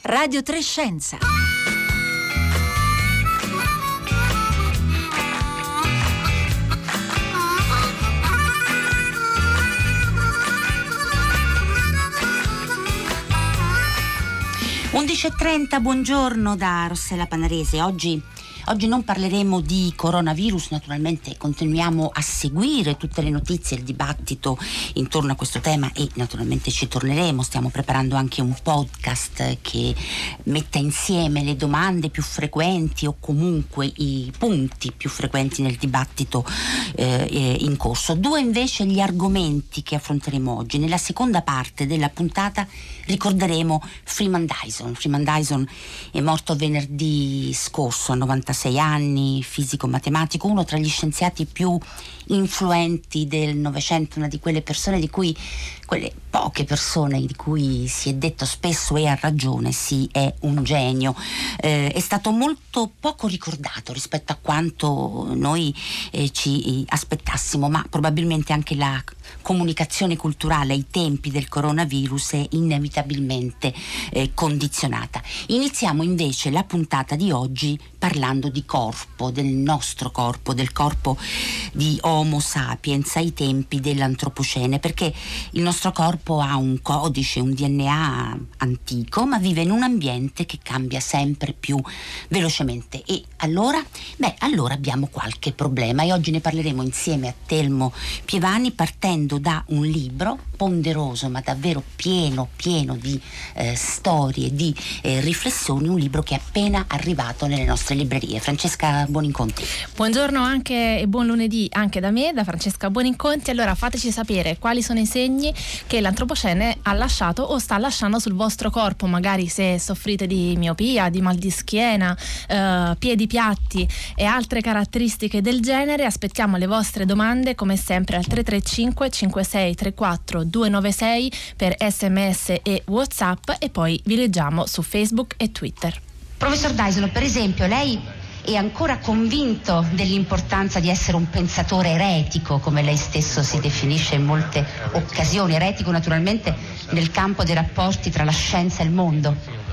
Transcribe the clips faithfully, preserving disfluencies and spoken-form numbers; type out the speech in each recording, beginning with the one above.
Radio tre Scienza. undici e trenta, buongiorno da Rossella Panarese. Oggi Oggi non parleremo di coronavirus, naturalmente continuiamo a seguire tutte le notizie e il dibattito intorno a questo tema e naturalmente ci torneremo. Stiamo preparando anche un podcast che metta insieme le domande più frequenti o comunque i punti più frequenti nel dibattito eh, in corso. Due invece gli argomenti che affronteremo oggi. Nella seconda parte della puntata ricorderemo Freeman Dyson. Freeman Dyson è morto venerdì scorso a novantasei anni, fisico-matematico, uno tra gli scienziati più influenti del Novecento, una di quelle persone di cui, quelle poche persone di cui si è detto spesso e a ragione, sì, è un genio. Eh, è stato molto poco ricordato rispetto a quanto noi eh, ci aspettassimo, ma probabilmente anche la comunicazione culturale ai tempi del coronavirus è inevitabilmente eh, condizionata. Iniziamo invece la puntata di oggi parlando di corpo, del nostro corpo, del corpo di Homo sapiens ai tempi dell'antropocene, perché il nostro corpo ha un codice, un D N A antico, ma vive in un ambiente che cambia sempre più velocemente. E allora? Beh, allora abbiamo qualche problema e oggi ne parleremo insieme a Telmo Pievani, partendo da un libro ponderoso ma davvero pieno pieno di eh, storie, di eh, riflessioni, un libro che è appena arrivato nelle nostre librerie. Francesca Buoninconti. Buongiorno anche e buon lunedì anche da me, da Francesca Buoninconti. Allora fateci sapere quali sono i segni che l'antropocene ha lasciato o sta lasciando sul vostro corpo, magari se soffrite di miopia, di mal di schiena, eh, piedi piatti e altre caratteristiche del genere. Aspettiamo le vostre domande come sempre al tre tre cinque cinque sei tre quattro due nove sei per sms e WhatsApp, e poi vi leggiamo su Facebook e Twitter. Professor Dyson, per esempio, lei è ancora convinto dell'importanza di essere un pensatore eretico, come lei stesso si definisce in molte occasioni, eretico naturalmente nel campo dei rapporti tra la scienza e il mondo?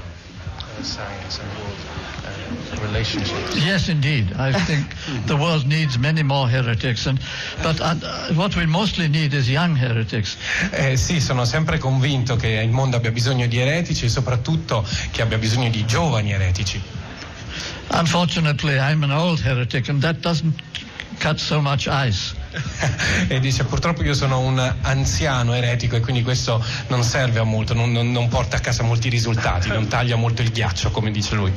Yes, indeed. I think the world needs many more heretics, and, but uh, what we mostly need is young heretics. Eh, sì, sono sempre convinto che il mondo abbia bisogno di eretici e soprattutto che abbia bisogno di giovani eretici. Unfortunately, I'm an old heretic, and that doesn't cut so much ice. E dice: purtroppo io sono un anziano eretico e quindi questo non serve a molto, non, non, non porta a casa molti risultati, non taglia molto il ghiaccio, come dice lui.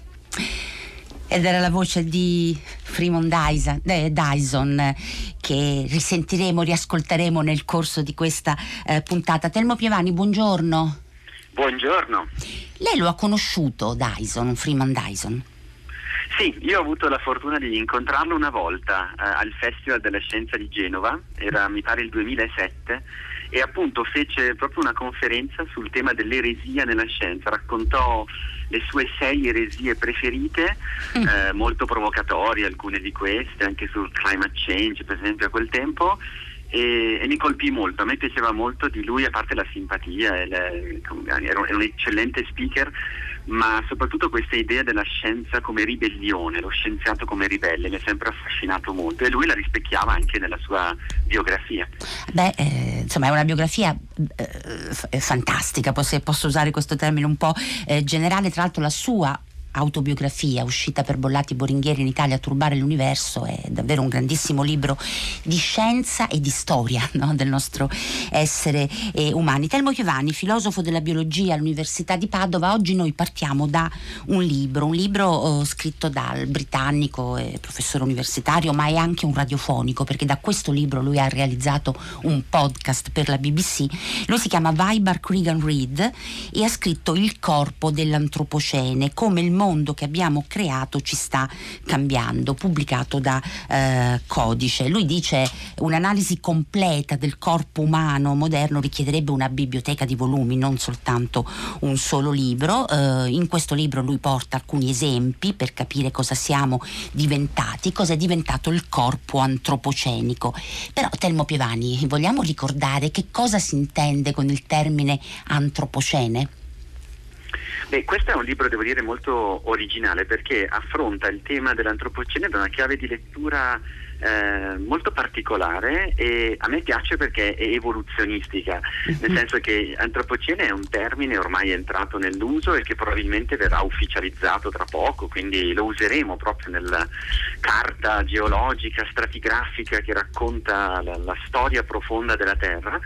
Ed era la voce di Freeman Dyson, eh, Dyson che risentiremo, riascolteremo nel corso di questa eh, puntata. Telmo Pievani, buongiorno. Buongiorno. Lei lo ha conosciuto Dyson, Freeman Dyson? Sì, io ho avuto la fortuna di incontrarlo una volta eh, al Festival della Scienza di Genova, era mi pare il duemilasette, e appunto fece proprio una conferenza sul tema dell'eresia nella scienza, raccontò le sue sei eresie preferite, mm. eh, molto provocatorie alcune di queste, anche sul climate change per esempio a quel tempo, e, e mi colpì molto. A me piaceva molto di lui, a parte la simpatia, e le, era, un, era un eccellente speaker, ma soprattutto questa idea della scienza come ribellione, lo scienziato come ribelle, mi ha sempre affascinato molto, e lui la rispecchiava anche nella sua biografia. Beh, eh, insomma è una biografia eh, f- fantastica, posso, posso usare questo termine un po' eh, generale. Tra l'altro la sua autobiografia, uscita per Bollati Boringhieri in Italia, Turbare l'universo, è davvero un grandissimo libro di scienza e di storia, no? del nostro essere eh, umani. Telmo Pievani, filosofo della biologia all'Università di Padova. Oggi noi partiamo da un libro, un libro eh, scritto dal britannico e professore universitario, ma è anche un radiofonico, perché da questo libro lui ha realizzato un podcast per la B B C. Lui si chiama Vibhar Keegan Reid e ha scritto Il corpo dell'antropocene, come il mondo che abbiamo creato ci sta cambiando, pubblicato da eh, Codice. Lui dice: un'analisi completa del corpo umano moderno richiederebbe una biblioteca di volumi, non soltanto un solo libro. Eh, in questo libro lui porta alcuni esempi per capire cosa siamo diventati, cosa è diventato il corpo antropocenico. Però Telmo Pievani, vogliamo ricordare che cosa si intende con il termine antropocene? Beh, questo è un libro, devo dire, molto originale, perché affronta il tema dell'antropocene da una chiave di lettura eh, molto particolare, e a me piace perché è evoluzionistica, nel senso che antropocene è un termine ormai entrato nell'uso e che probabilmente verrà ufficializzato tra poco, quindi lo useremo proprio nella carta geologica, stratigrafica che racconta la, la storia profonda della Terra.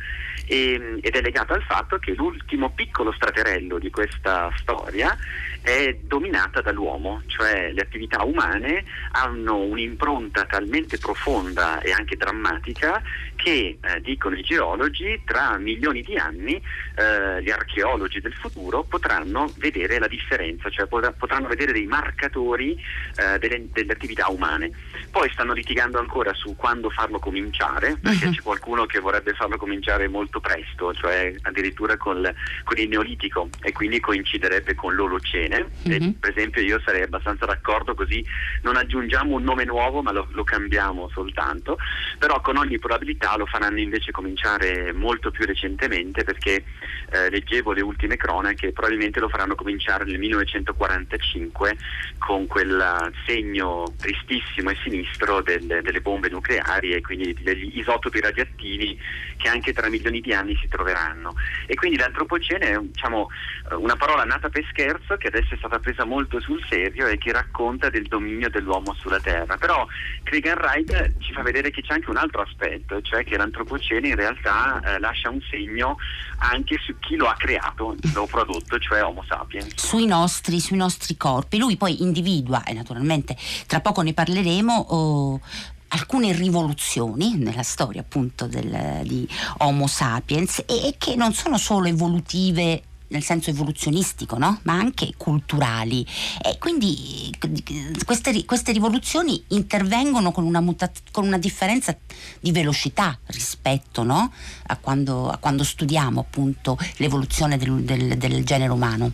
E, ed è legato al fatto che l'ultimo piccolo straterello di questa storia è dominata dall'uomo, cioè le attività umane hanno un'impronta talmente profonda e anche drammatica che, eh, dicono i geologi, tra milioni di anni eh, gli archeologi del futuro potranno vedere la differenza, cioè potranno vedere dei marcatori eh, delle, delle attività umane. Poi stanno litigando ancora su quando farlo cominciare, perché uh-huh. c'è qualcuno che vorrebbe farlo cominciare molto presto, cioè addirittura col, con il Neolitico, e quindi coinciderebbe con l'Olocene. Uh-huh. E, per esempio, io sarei abbastanza d'accordo, così non aggiungiamo un nome nuovo ma lo, lo cambiamo soltanto, però con ogni probabilità lo faranno invece cominciare molto più recentemente, perché eh, leggevo le ultime cronache, probabilmente lo faranno cominciare nel millenovecentoquarantacinque con quel segno tristissimo e sinistro del, delle bombe nucleari e quindi degli isotopi radioattivi che anche tra milioni di anni si troveranno. E quindi l'antropocene è, diciamo, una parola nata per scherzo che adesso è stata presa molto sul serio e che racconta del dominio dell'uomo sulla Terra. Però Cregan Wright ci fa vedere che c'è anche un altro aspetto, cioè che l'antropocene in realtà eh, lascia un segno anche su chi lo ha creato, lo prodotto, cioè Homo sapiens. Sui nostri, sui nostri corpi. Lui poi individua, e naturalmente tra poco ne parleremo, oh, alcune rivoluzioni nella storia appunto del, di Homo sapiens, e, e che non sono solo evolutive nel senso evoluzionistico, no? Ma anche culturali, e quindi queste, queste rivoluzioni intervengono con una, muta- con una differenza di velocità rispetto, no? a, quando, a quando studiamo appunto l'evoluzione del, del, del genere umano.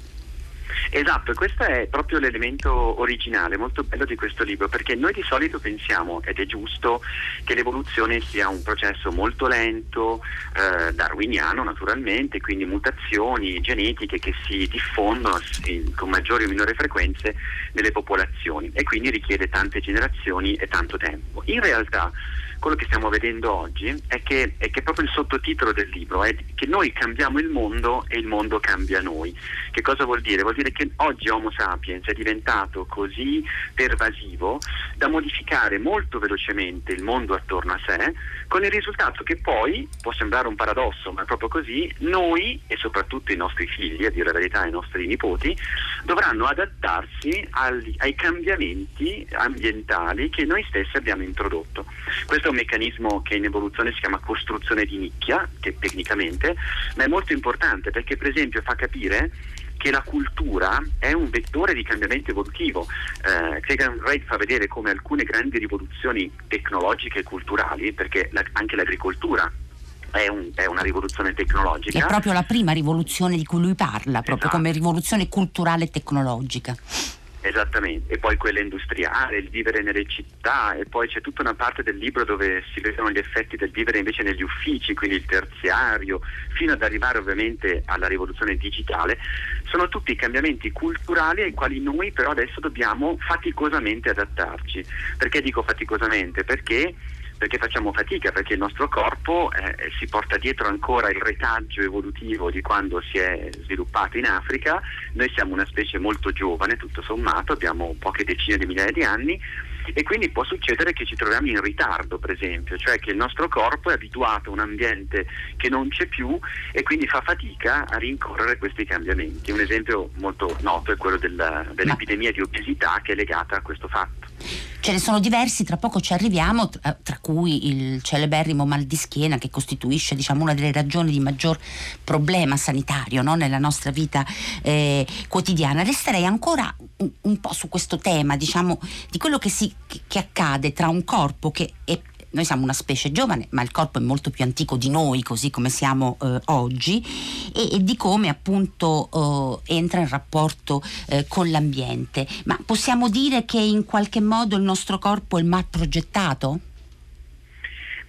Esatto, questo è proprio l'elemento originale, molto bello di questo libro, perché noi di solito pensiamo, ed è giusto, che l'evoluzione sia un processo molto lento, eh, darwiniano naturalmente, quindi mutazioni genetiche che si diffondono in, con maggiori o minori frequenze nelle popolazioni, e quindi richiede tante generazioni e tanto tempo. In realtà quello che stiamo vedendo oggi è che, è che proprio il sottotitolo del libro è che noi cambiamo il mondo e il mondo cambia noi. Che cosa vuol dire? Vuol dire che oggi Homo sapiens è diventato così pervasivo da modificare molto velocemente il mondo attorno a sé, con il risultato che poi, può sembrare un paradosso, ma è proprio così, noi, e soprattutto i nostri figli, a dire la verità i nostri nipoti, dovranno adattarsi agli, ai cambiamenti ambientali che noi stessi abbiamo introdotto. Questo è un meccanismo che in evoluzione si chiama costruzione di nicchia, che tecnicamente, ma è molto importante perché, per esempio, fa capire che la cultura è un vettore di cambiamento evolutivo. Eh, Cregan Wright fa vedere come alcune grandi rivoluzioni tecnologiche e culturali, perché la, anche l'agricoltura è, un, è una rivoluzione tecnologica. È proprio la prima rivoluzione di cui lui parla, proprio esatto. come rivoluzione culturale e tecnologica. Esattamente, e poi quella industriale, il vivere nelle città, e poi c'è tutta una parte del libro dove si vedono gli effetti del vivere invece negli uffici, quindi il terziario, fino ad arrivare ovviamente alla rivoluzione digitale. Sono tutti cambiamenti culturali ai quali noi però adesso dobbiamo faticosamente adattarci. Perché dico faticosamente? Perché perché facciamo fatica, perché il nostro corpo eh, si porta dietro ancora il retaggio evolutivo di quando si è sviluppato in Africa. Noi siamo una specie molto giovane, tutto sommato, abbiamo poche decine di migliaia di anni, e quindi può succedere che ci troviamo in ritardo, per esempio, cioè che il nostro corpo è abituato a un ambiente che non c'è più e quindi fa fatica a rincorrere questi cambiamenti. Un esempio molto noto è quello della, dell'epidemia di obesità, che è legata a questo fatto. Ce ne sono diversi, tra poco ci arriviamo, tra, tra cui il celeberrimo mal di schiena, che costituisce, diciamo, una delle ragioni di maggior problema sanitario, no? nella nostra vita eh, quotidiana. Resterei ancora un, un po' su questo tema, diciamo, di quello che, si, che, che accade tra un corpo che è, noi siamo una specie giovane, ma il corpo è molto più antico di noi, così come siamo eh, oggi, e, e di come appunto eh, entra in rapporto eh, con l'ambiente. Ma possiamo dire che in qualche modo il nostro corpo è mal progettato?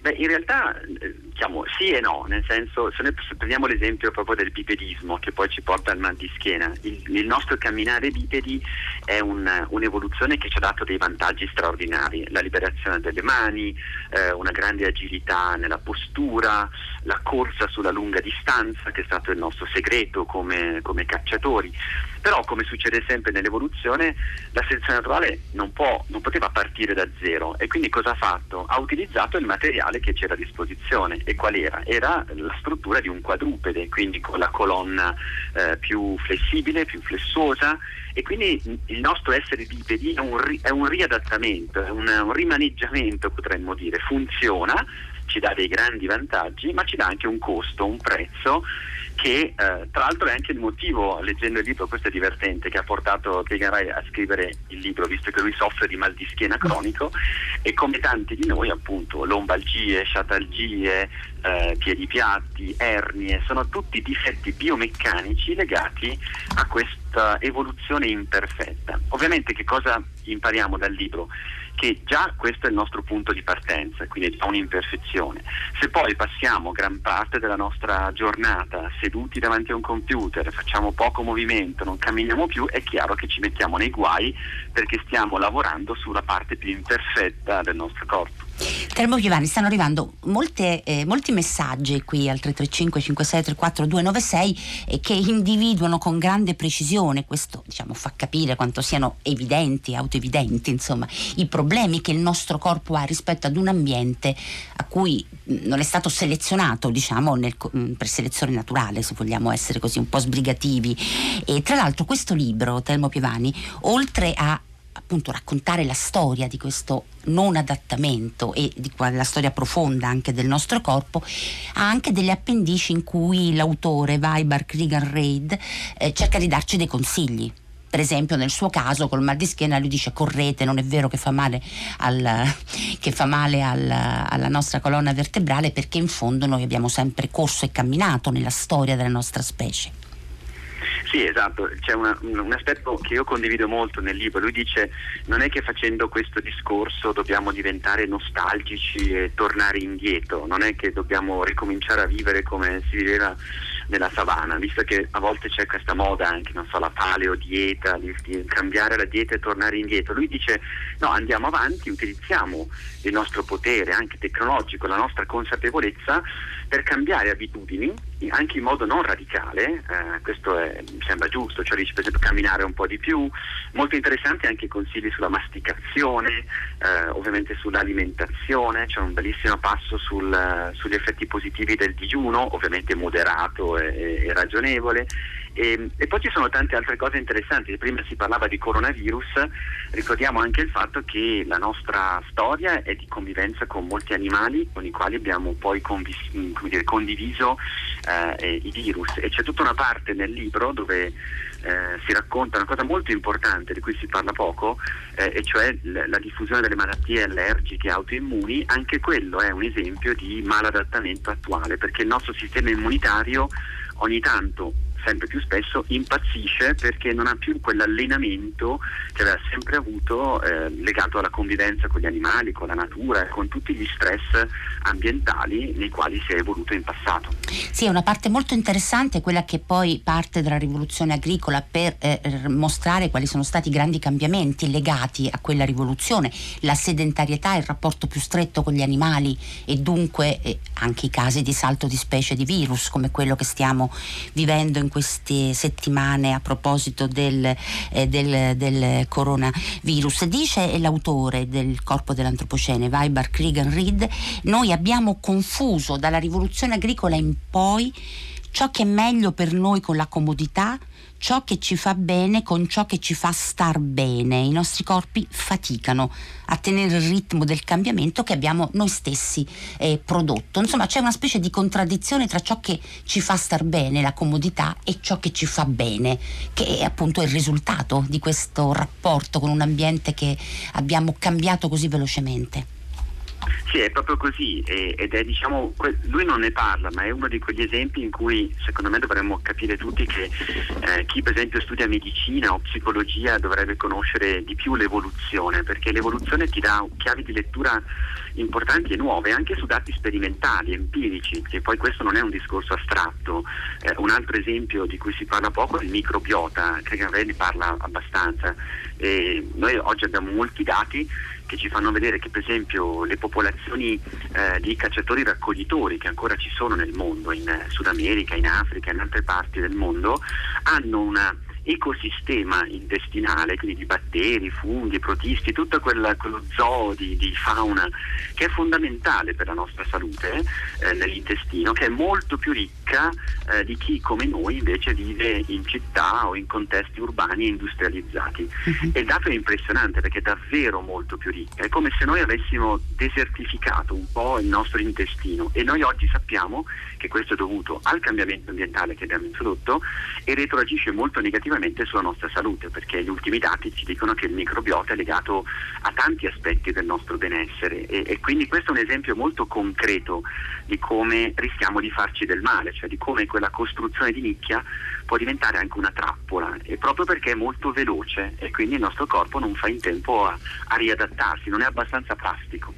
Beh, in realtà eh, diciamo sì e no, nel senso, se noi prendiamo l'esempio proprio del bipedismo che poi ci porta al mal di schiena, il, il nostro camminare bipedi è un, un'evoluzione che ci ha dato dei vantaggi straordinari, la liberazione delle mani, eh, una grande agilità nella postura, la corsa sulla lunga distanza, che è stato il nostro segreto come, come cacciatori. Però, come succede sempre nell'evoluzione, la selezione naturale non può, non poteva partire da zero, e quindi cosa ha fatto? Ha utilizzato il materiale che c'era a disposizione. E qual era? Era la struttura di un quadrupede, quindi con la colonna eh, più flessibile, più flessuosa, e quindi il nostro essere bipedi è un, ri, è un riadattamento, è un, un rimaneggiamento, potremmo dire. Funziona, ci dà dei grandi vantaggi, ma ci dà anche un costo, un prezzo, che eh, tra l'altro è anche il motivo, leggendo il libro, questo è divertente, che ha portato Kegan Reid a scrivere il libro, visto che lui soffre di mal di schiena cronico, e come tanti di noi appunto lombalgie, sciatalgie, eh, piedi piatti, ernie, sono tutti difetti biomeccanici legati a questa evoluzione imperfetta. Ovviamente che cosa impariamo dal libro? Che già questo è il nostro punto di partenza, quindi è già un'imperfezione. Se poi passiamo gran parte della nostra giornata seduti davanti a un computer, facciamo poco movimento, non camminiamo più, è chiaro che ci mettiamo nei guai, perché stiamo lavorando sulla parte più imperfetta del nostro corpo. Telmo Piovani, stanno arrivando molte, eh, molti messaggi qui al tre tre cinque cinque sei tre quattro due nove sei eh, che individuano con grande precisione, questo diciamo fa capire quanto siano evidenti, autoevidenti insomma, i problemi che il nostro corpo ha rispetto ad un ambiente a cui non è stato selezionato, diciamo, nel, per selezione naturale, se vogliamo essere così un po' sbrigativi. E tra l'altro questo libro, Telmo Piovani, oltre a appunto raccontare la storia di questo non adattamento e di la storia profonda anche del nostro corpo, ha anche delle appendici in cui l'autore Vibart Kegan Reid eh, cerca di darci dei consigli. Per esempio nel suo caso col mal di schiena lui dice: correte, non è vero che fa male, al, che fa male al, alla nostra colonna vertebrale, perché in fondo noi abbiamo sempre corso e camminato nella storia della nostra specie. Sì, esatto, c'è una, un aspetto che io condivido molto nel libro. Lui dice: non è che facendo questo discorso dobbiamo diventare nostalgici e tornare indietro, non è che dobbiamo ricominciare a vivere come si viveva nella savana, visto che a volte c'è questa moda anche, non so, la paleo dieta, di, di cambiare la dieta e tornare indietro. Lui dice: no, andiamo avanti, utilizziamo il nostro potere anche tecnologico, la nostra consapevolezza per cambiare abitudini anche in modo non radicale, eh, questo è, mi sembra giusto, cioè dice per esempio camminare un po' di più. Molto interessante anche i consigli sulla masticazione, eh, ovviamente sull'alimentazione, c'è un bellissimo passo sul, sugli effetti positivi del digiuno, ovviamente moderato e, e ragionevole. E, e poi ci sono tante altre cose interessanti. Prima si parlava di coronavirus, ricordiamo anche il fatto che la nostra storia è di convivenza con molti animali con i quali abbiamo poi convis- come dire, condiviso eh, i virus, e c'è tutta una parte nel libro dove eh, si racconta una cosa molto importante di cui si parla poco, eh, e cioè l- la diffusione delle malattie allergiche autoimmuni. Anche quello è un esempio di maladattamento attuale, perché il nostro sistema immunitario ogni tanto, sempre più spesso, impazzisce perché non ha più quell'allenamento che aveva sempre avuto, eh, legato alla convivenza con gli animali, con la natura, con tutti gli stress ambientali nei quali si è evoluto in passato. Sì, è una parte molto interessante quella che poi parte dalla rivoluzione agricola per eh, mostrare quali sono stati i grandi cambiamenti legati a quella rivoluzione, la sedentarietà, il rapporto più stretto con gli animali e dunque eh, anche i casi di salto di specie di virus come quello che stiamo vivendo in queste settimane a proposito del, eh, del, del coronavirus. Dice l'autore del Corpo dell'Antropocene, Vibart Kegan Reid: noi abbiamo confuso dalla rivoluzione agricola in poi ciò che è meglio per noi con la comodità, ciò che ci fa bene con ciò che ci fa star bene. I nostri corpi faticano a tenere il ritmo del cambiamento che abbiamo noi stessi eh, prodotto. Insomma, c'è una specie di contraddizione tra ciò che ci fa star bene, la comodità, e ciò che ci fa bene, che è appunto il risultato di questo rapporto con un ambiente che abbiamo cambiato così velocemente. Sì, è proprio così, e, ed è diciamo, lui non ne parla, ma è uno di quegli esempi in cui secondo me dovremmo capire tutti che eh, chi per esempio studia medicina o psicologia dovrebbe conoscere di più l'evoluzione, perché l'evoluzione ti dà chiavi di lettura importanti e nuove, anche su dati sperimentali, empirici, e poi questo non è un discorso astratto. Eh, un altro esempio di cui si parla poco è il microbiota, che Gavin ne parla abbastanza. E noi oggi abbiamo molti dati che ci fanno vedere che per esempio le popolazioni eh, di cacciatori raccoglitori che ancora ci sono nel mondo, in Sud America, in Africa, in altre parti del mondo, hanno una ecosistema intestinale, quindi di batteri, funghi, protisti, tutto quel, quello zoo di, di fauna che è fondamentale per la nostra salute eh, nell'intestino, che è molto più ricca eh, di chi come noi invece vive in città o in contesti urbani e industrializzati. Uh-huh. E il dato è impressionante perché è davvero molto più ricca, è come se noi avessimo desertificato un po' il nostro intestino, e noi oggi sappiamo che questo è dovuto al cambiamento ambientale che abbiamo introdotto e retroagisce molto negativamente sulla nostra salute, perché gli ultimi dati ci dicono che il microbiota è legato a tanti aspetti del nostro benessere, e, e quindi questo è un esempio molto concreto di come rischiamo di farci del male, cioè di come quella costruzione di nicchia può diventare anche una trappola, e proprio perché è molto veloce e quindi il nostro corpo non fa in tempo a, a riadattarsi, non è abbastanza plastico.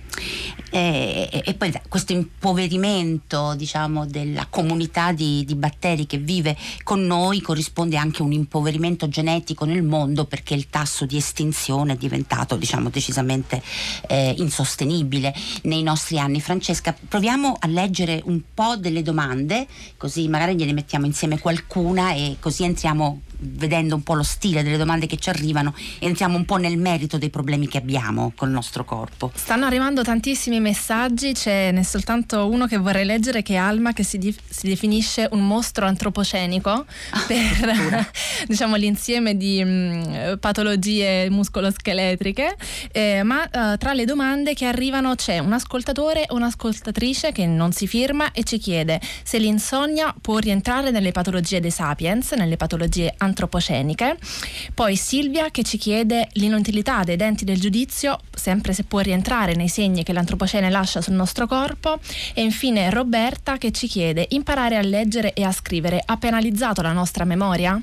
E, e, e poi questo impoverimento, diciamo, della comunità di, di batteri che vive con noi corrisponde anche a un impoverimento genetico nel mondo, perché il tasso di estinzione è diventato, diciamo, decisamente eh, insostenibile nei nostri anni. Francesca, proviamo a leggere un po' delle domande, così magari gliene mettiamo insieme qualcuna e così entriamo, vedendo un po' lo stile delle domande che ci arrivano, entriamo un po' nel merito dei problemi che abbiamo col nostro corpo. Stanno arrivando tantissimi messaggi, ce n'è soltanto uno che vorrei leggere, che è Alma, che si, di- si definisce un mostro antropocenico per diciamo l'insieme di mh, patologie muscoloscheletriche, eh, ma uh, tra le domande che arrivano c'è un ascoltatore o un'ascoltatrice che non si firma e ci chiede se l'insonnia può rientrare nelle patologie dei sapiens, nelle patologie antropoceniche. Poi Silvia che ci chiede l'inutilità dei denti del giudizio, sempre se può rientrare nei segni che l'antropocene lascia sul nostro corpo. E infine Roberta che ci chiede: imparare a leggere e a scrivere ha penalizzato la nostra memoria?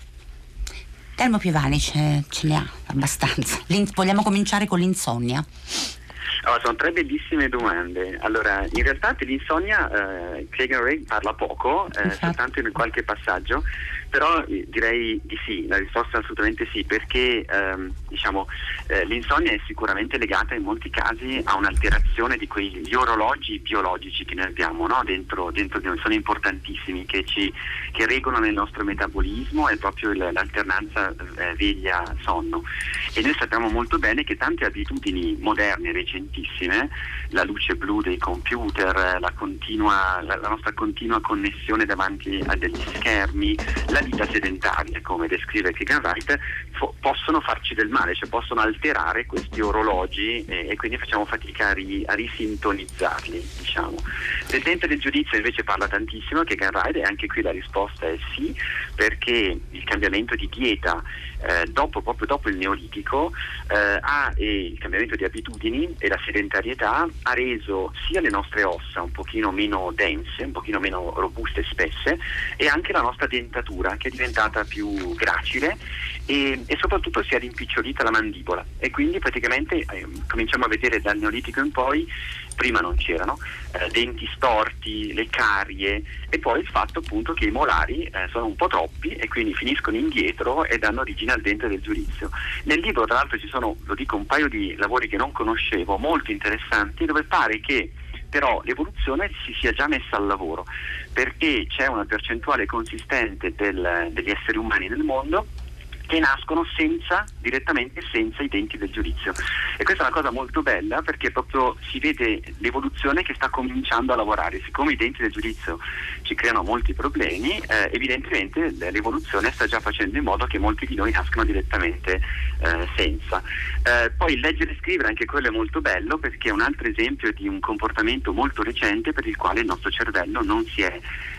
Telmo Piovani ce, ce ne ha abbastanza. L'in- vogliamo cominciare con l'insonnia? Allora, sono tre bellissime domande. Allora, in realtà dell'insonnia eh, Kagan Ray parla poco, eh, soltanto in qualche passaggio, però eh, direi di sì, la risposta è assolutamente sì, perché ehm, diciamo eh, l'insonnia è sicuramente legata in molti casi a un'alterazione di quegli orologi biologici che noi abbiamo, no? dentro, dentro di noi, sono importantissimi, che ci che regolano il nostro metabolismo, è proprio il, l'alternanza eh, veglia-sonno. E noi sappiamo molto bene che tante abitudini moderne, recentissime, la luce blu dei computer, la, continua, la, la nostra continua connessione davanti a degli schermi, la vita sedentaria, come descrive Kegan Wright, fo- possono farci del male, cioè possono alterare questi orologi e, e quindi facciamo fatica a, ri- a risintonizzarli, diciamo. Del dente del giudizio invece parla tantissimo Kegan Wright, e anche qui la risposta è sì, perché il cambiamento di dieta eh, dopo, proprio dopo il neolitico eh, ha, e il cambiamento di abitudini e la sedentarietà ha reso sia le nostre ossa un pochino meno dense, un pochino meno robuste e spesse, e anche la nostra dentatura, che è diventata più gracile, e, e soprattutto si è rimpicciolita la mandibola, e quindi praticamente eh, cominciamo a vedere dal neolitico in poi, prima non c'erano eh, denti storti, le carie, e poi il fatto appunto che i molari eh, sono un po' troppi e quindi finiscono indietro e danno origine al dente del giudizio. Nel libro tra l'altro ci sono, lo dico, un paio di lavori che non conoscevo, molto interessanti, dove pare che però l'evoluzione si sia già messa al lavoro, perché c'è una percentuale consistente del, degli esseri umani nel mondo che nascono senza, direttamente senza i denti del giudizio, e questa è una cosa molto bella, perché proprio si vede l'evoluzione che sta cominciando a lavorare. Siccome i denti del giudizio ci creano molti problemi, eh, evidentemente l'evoluzione sta già facendo in modo che molti di noi nascano direttamente eh, senza. Eh, poi leggere e scrivere, anche quello è molto bello, perché è un altro esempio di un comportamento molto recente per il quale il nostro cervello non si è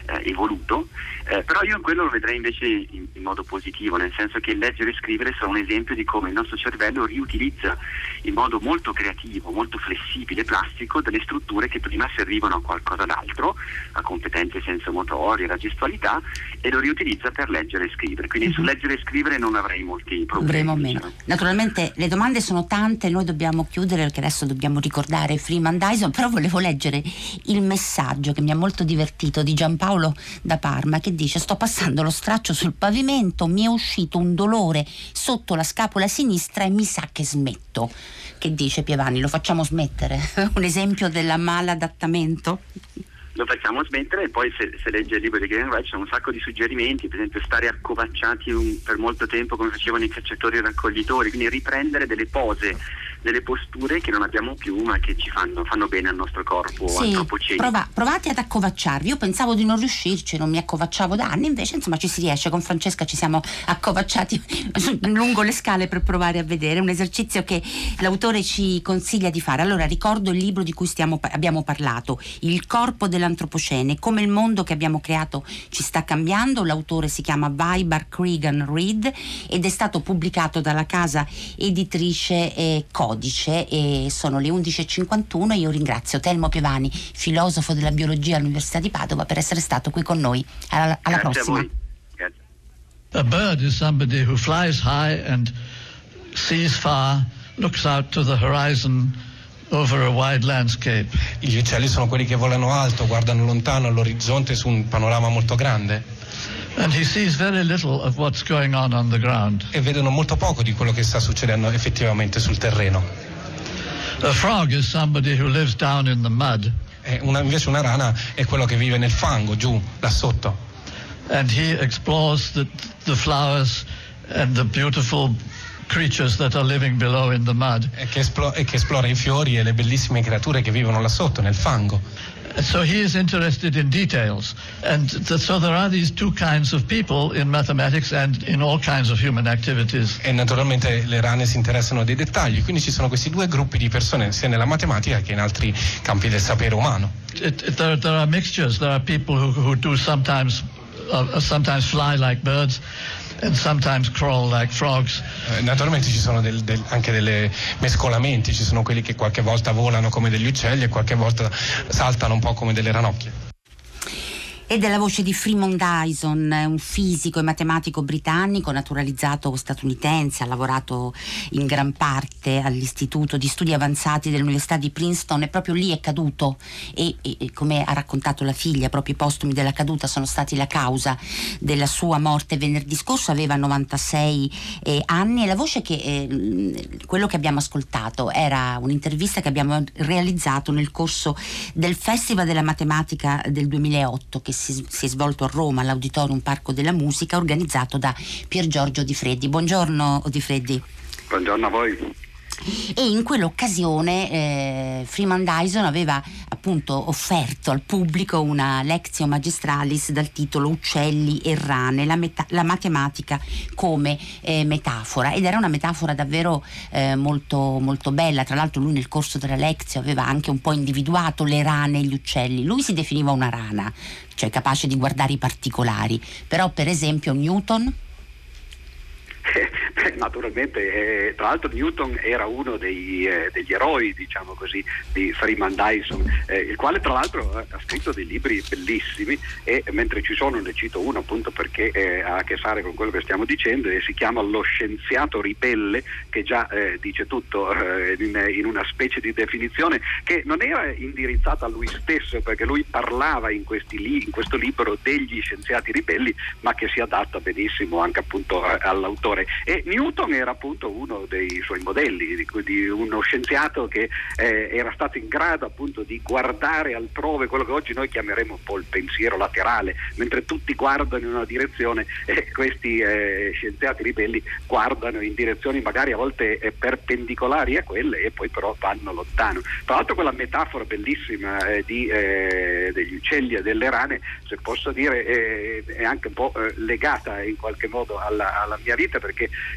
eh, evoluto, eh, però io in quello lo vedrei invece in, in modo positivo, nel senso che leggere e scrivere sono un esempio di come il nostro cervello riutilizza in modo molto creativo, molto flessibile e plastico delle strutture che prima servivano a qualcosa d'altro, a competenze sensomotorie, alla gestualità, e lo riutilizza per leggere e scrivere. Quindi mm-hmm. su leggere e scrivere non avrei molti problemi. Diciamo. Naturalmente le domande sono tante, noi dobbiamo chiudere perché adesso dobbiamo ricordare Freeman Dyson, però volevo leggere il messaggio che mi ha molto divertito di Giampaolo da Parma, che dice: sto passando lo straccio sul pavimento, mi è uscito un dolore sotto la scapola sinistra e mi sa che smetto. Che dice Pievani? Lo facciamo smettere? Un esempio della maladattamento? Lo facciamo smettere, e poi se, se legge il libro di Galen Wright c'è un sacco di suggerimenti, per esempio stare accovacciati un, per molto tempo come facevano i cacciatori e i raccoglitori, quindi riprendere delle pose, delle posture che non abbiamo più ma che ci fanno, fanno bene al nostro corpo sì, antropocenico. Prova, provate ad accovacciarvi. Io pensavo di non riuscirci, non mi accovacciavo da anni, invece insomma ci si riesce. Con Francesca ci siamo accovacciati lungo le scale per provare a vedere, un esercizio che l'autore ci consiglia di fare. Allora ricordo il libro di cui stiamo, abbiamo parlato, Il corpo dell'antropocene, come il mondo che abbiamo creato ci sta cambiando. L'autore si chiama Vybar Cregan Reid ed è stato pubblicato dalla casa editrice eh, Codice. E sono le undici e cinquantuno e io ringrazio Telmo Pievani, filosofo della biologia all'Università di Padova, per essere stato qui con noi. Alla, alla prossima. A voi. Grazie. A bird is somebody who flies high and sees far, looks out to the horizon over a wide landscape. Gli uccelli sono quelli che volano alto, guardano lontano all'orizzonte su un panorama molto grande. And he sees very little of what's going on on the ground. E vedono molto poco di quello che sta succedendo effettivamente sul terreno. A frog is somebody who lives down in the mud. E una, invece una rana è quello che vive nel fango, giù, là sotto. And he explores the, the flowers and the beautiful creatures that are living below in the mud. E che, esplo- e che esplora i fiori e le bellissime creature che vivono là sotto, nel fango. So he is interested in details, and th- so there are these two kinds of people in mathematics and in all kinds of human activities. E naturalmente le rane si interessano dei dettagli, quindi ci sono questi due gruppi di persone sia nella matematica che in altri campi del sapere umano. It, it, there, there are mixtures. There are people who, who do sometimes uh, sometimes fly like birds and sometimes crawl like frogs. Eh, naturalmente ci sono del, del, anche delle mescolamenti, ci sono quelli che qualche volta volano come degli uccelli e qualche volta saltano un po' come delle ranocchie. E della voce di Freeman Dyson, un fisico e matematico britannico naturalizzato statunitense, ha lavorato in gran parte all'Istituto di Studi Avanzati dell'Università di Princeton e proprio lì è caduto e, e come ha raccontato la figlia, proprio i postumi della caduta sono stati la causa della sua morte venerdì scorso. Aveva novantasei eh, anni e la voce che eh, quello che abbiamo ascoltato era un'intervista che abbiamo realizzato nel corso del Festival della Matematica del duemilaotto che si, si è svolto a Roma all'Auditorium Parco della Musica, organizzato da Pier Giorgio Di Freddi. Buongiorno Di Freddi. Buongiorno a voi. E in quell'occasione eh, Freeman Dyson aveva appunto offerto al pubblico una lectio magistralis dal titolo Uccelli e rane, la, meta- la matematica come eh, metafora, ed era una metafora davvero eh, molto, molto bella. Tra l'altro lui nel corso della lectio aveva anche un po' individuato le rane e gli uccelli. Lui si definiva una rana, cioè capace di guardare i particolari, però per esempio Newton Eh, naturalmente, eh, tra l'altro Newton era uno dei, eh, degli eroi, diciamo così, di Freeman Dyson, eh, il quale tra l'altro ha scritto dei libri bellissimi, e mentre ci sono ne cito uno appunto perché eh, ha a che fare con quello che stiamo dicendo, e si chiama Lo scienziato ribelle, che già eh, dice tutto eh, in, in una specie di definizione che non era indirizzata a lui stesso, perché lui parlava in, questi li- in questo libro degli scienziati ribelli, ma che si adatta benissimo anche appunto a- all'autore. E Newton era appunto uno dei suoi modelli, di, di uno scienziato che eh, era stato in grado appunto di guardare altrove, quello che oggi noi chiameremo un po' il pensiero laterale, mentre tutti guardano in una direzione, eh, questi eh, scienziati ribelli guardano in direzioni magari a volte eh, perpendicolari a quelle e poi però vanno lontano. Tra l'altro quella metafora bellissima eh, di, eh, degli uccelli e delle rane, se posso dire, eh, è anche un po' eh, legata in qualche modo alla, alla mia vita, perché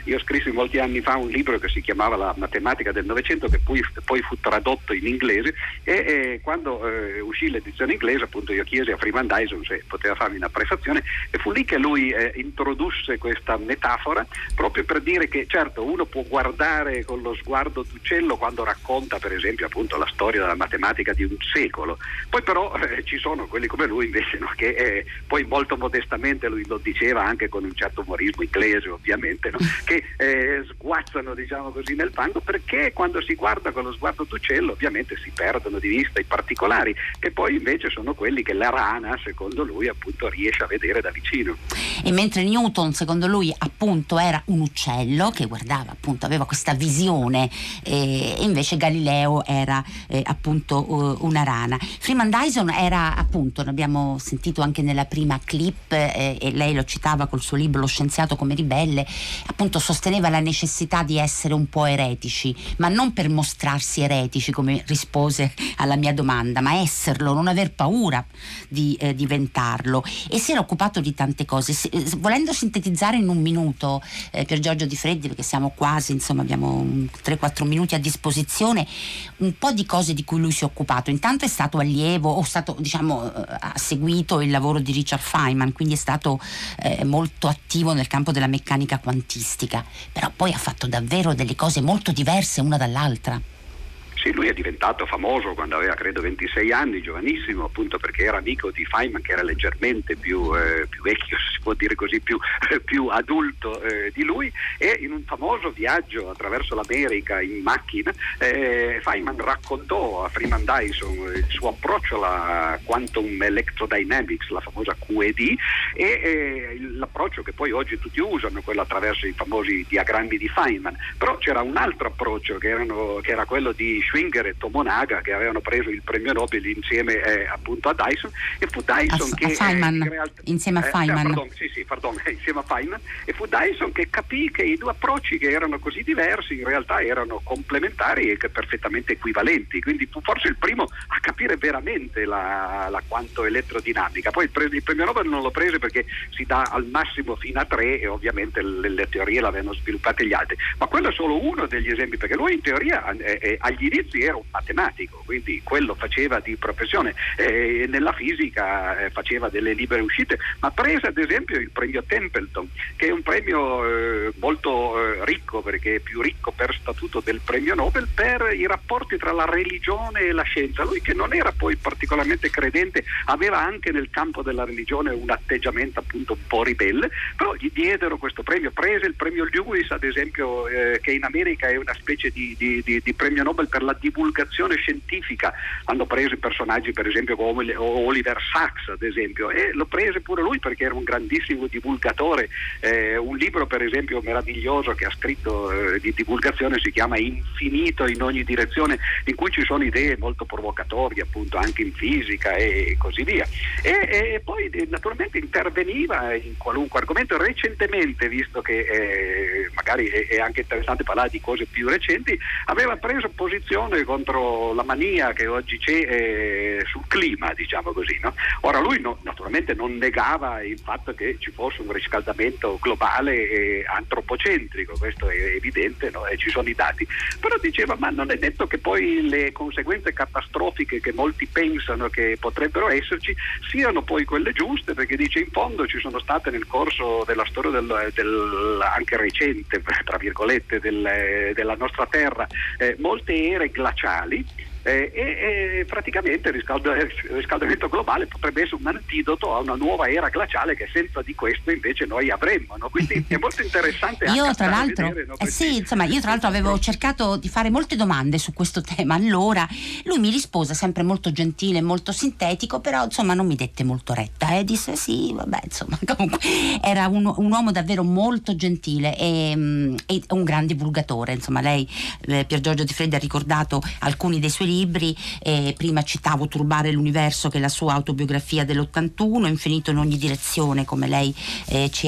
io scrissi molti anni fa un libro che si chiamava La matematica del Novecento, che poi, poi fu tradotto in inglese, e, e quando eh, uscì l'edizione inglese, appunto, io chiesi a Freeman Dyson se poteva farmi una prefazione, e fu lì che lui eh, introdusse questa metafora, proprio per dire che certo uno può guardare con lo sguardo d'uccello quando racconta, per esempio, appunto, la storia della matematica di un secolo, poi però eh, ci sono quelli come lui invece, no, che eh, poi molto modestamente lui lo diceva anche con un certo umorismo inglese, ovviamente, no, che eh, sguazzano, diciamo così, nel fango, perché quando si guarda con lo sguardo d'uccello ovviamente si perdono di vista i particolari, che poi invece sono quelli che la rana, secondo lui, appunto, riesce a vedere da vicino. E mentre Newton, secondo lui, appunto era un uccello che guardava, appunto, aveva questa visione, eh, e invece Galileo era eh, appunto uh, una rana. Freeman Dyson era, appunto, l'abbiamo sentito anche nella prima clip, eh, e lei lo citava col suo libro Lo scienziato come ribelle, appunto sosteneva la necessità di essere un po' eretici, ma non per mostrarsi eretici, come rispose alla mia domanda, ma esserlo, non aver paura di eh, diventarlo, e si era occupato di tante cose. Si, volendo sintetizzare in un minuto, eh, per Giorgio Di Freddi, perché siamo quasi, insomma, abbiamo tre quattro minuti a disposizione, un po' di cose di cui lui si è occupato. Intanto è stato allievo, o stato, diciamo, ha seguito il lavoro di Richard Feynman, quindi è stato eh, molto attivo nel campo della meccanica quantistica, però poi ha fatto davvero delle cose molto diverse una dall'altra. Sì, lui è diventato famoso quando aveva, credo, ventisei anni, giovanissimo, appunto perché era amico di Feynman, che era leggermente più, eh, più vecchio, si può dire così, più, eh, più adulto eh, di lui, e in un famoso viaggio attraverso l'America in macchina, eh, Feynman raccontò a Freeman Dyson il suo approccio alla Quantum Electrodynamics, la famosa Q E D, e eh, l'approccio che poi oggi tutti usano, quello attraverso i famosi diagrammi di Feynman. Però c'era un altro approccio che, erano, che era quello di Schwinger e Tomonaga, che avevano preso il premio Nobel insieme eh, appunto a Dyson, e fu Dyson a, che a Feynman, eh, realtà, insieme a eh, Feynman eh, pardon, sì sì pardon insieme a Feynman, e fu Dyson che capì che i due approcci, che erano così diversi, in realtà erano complementari e che perfettamente equivalenti, quindi fu forse il primo a capire veramente la, la quanto elettrodinamica. Poi il, pre- il premio Nobel non lo prese perché si dà al massimo fino a tre, e ovviamente le, le teorie l'avevano sviluppate gli altri, ma quello è solo uno degli esempi, perché lui in teoria eh, eh, agli inizi era un matematico, quindi quello faceva di professione, eh, nella fisica eh, faceva delle libere uscite, ma prese ad esempio il premio Templeton, che è un premio eh, molto eh, ricco, perché è più ricco per statuto del premio Nobel, per i rapporti tra la religione e la scienza. Lui, che non era poi particolarmente credente, aveva anche nel campo della religione un atteggiamento appunto un po' ribelle, però gli diedero questo premio. Prese il premio Lewis, ad esempio, eh, che in America è una specie di, di, di, di premio Nobel per la divulgazione scientifica. Hanno preso i personaggi, per esempio, come Oliver Sacks, ad esempio, e lo prese pure lui perché era un grandissimo divulgatore. Eh, un libro, per esempio, meraviglioso che ha scritto eh, di divulgazione si chiama Infinito in ogni direzione, in cui ci sono idee molto provocatorie, appunto, anche in fisica e così via. E, e poi eh, naturalmente interveniva in qualunque argomento. Recentemente, visto che eh, magari è, è anche interessante parlare di cose più recenti, aveva preso posizione contro la mania che oggi c'è eh, sul clima, diciamo così, no? Ora lui no, naturalmente non negava il fatto che ci fosse un riscaldamento globale e antropocentrico, questo è evidente, no? E ci sono i dati, però diceva ma non è detto che poi le conseguenze catastrofiche che molti pensano che potrebbero esserci siano poi quelle giuste, perché dice in fondo ci sono state nel corso della storia del, del anche recente, tra virgolette, del, della nostra terra eh, molte ere glaciali, eh, e, e praticamente il, riscaldo, il riscaldamento globale potrebbe essere un antidoto a una nuova era glaciale che senza di questo invece noi avremmo, no? Quindi è molto interessante anche io tra l'altro vedere, no, eh sì, insomma, io tra l'altro avevo cercato di fare molte domande su questo tema, allora lui mi rispose sempre molto gentile, molto sintetico, però insomma non mi dette molto retta, e eh? disse sì, vabbè, insomma, comunque era un, un uomo davvero molto gentile e, e un gran divulgatore. Insomma, lei eh, Pier Giorgio Di Freddi ha ricordato alcuni dei suoi libri, eh, prima citavo Turbare l'universo, che è la sua autobiografia dell'ottantuno, Infinito in ogni direzione, come lei eh, ci ha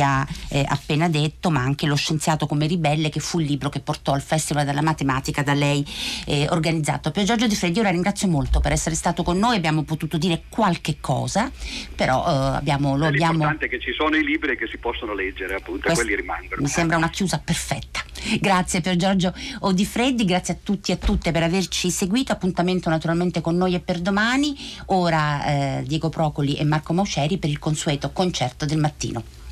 eh, appena detto, ma anche Lo scienziato come ribelle, che fu il libro che portò al Festival della Matematica da lei eh, organizzato. Pier Giorgio Di Freddi, io la ringrazio molto per essere stato con noi, abbiamo potuto dire qualche cosa, però eh, abbiamo, lo abbiamo... L'importante è che ci sono i libri che si possono leggere, appunto, Questo e quelli rimangono. Mi sembra una chiusa perfetta. Grazie Pier Giorgio Di Freddi, grazie a tutti e a tutte per averci seguito. Appuntamento naturalmente con noi e per domani. Ora eh, Diego Procoli e Marco Mauceri per il consueto concerto del mattino.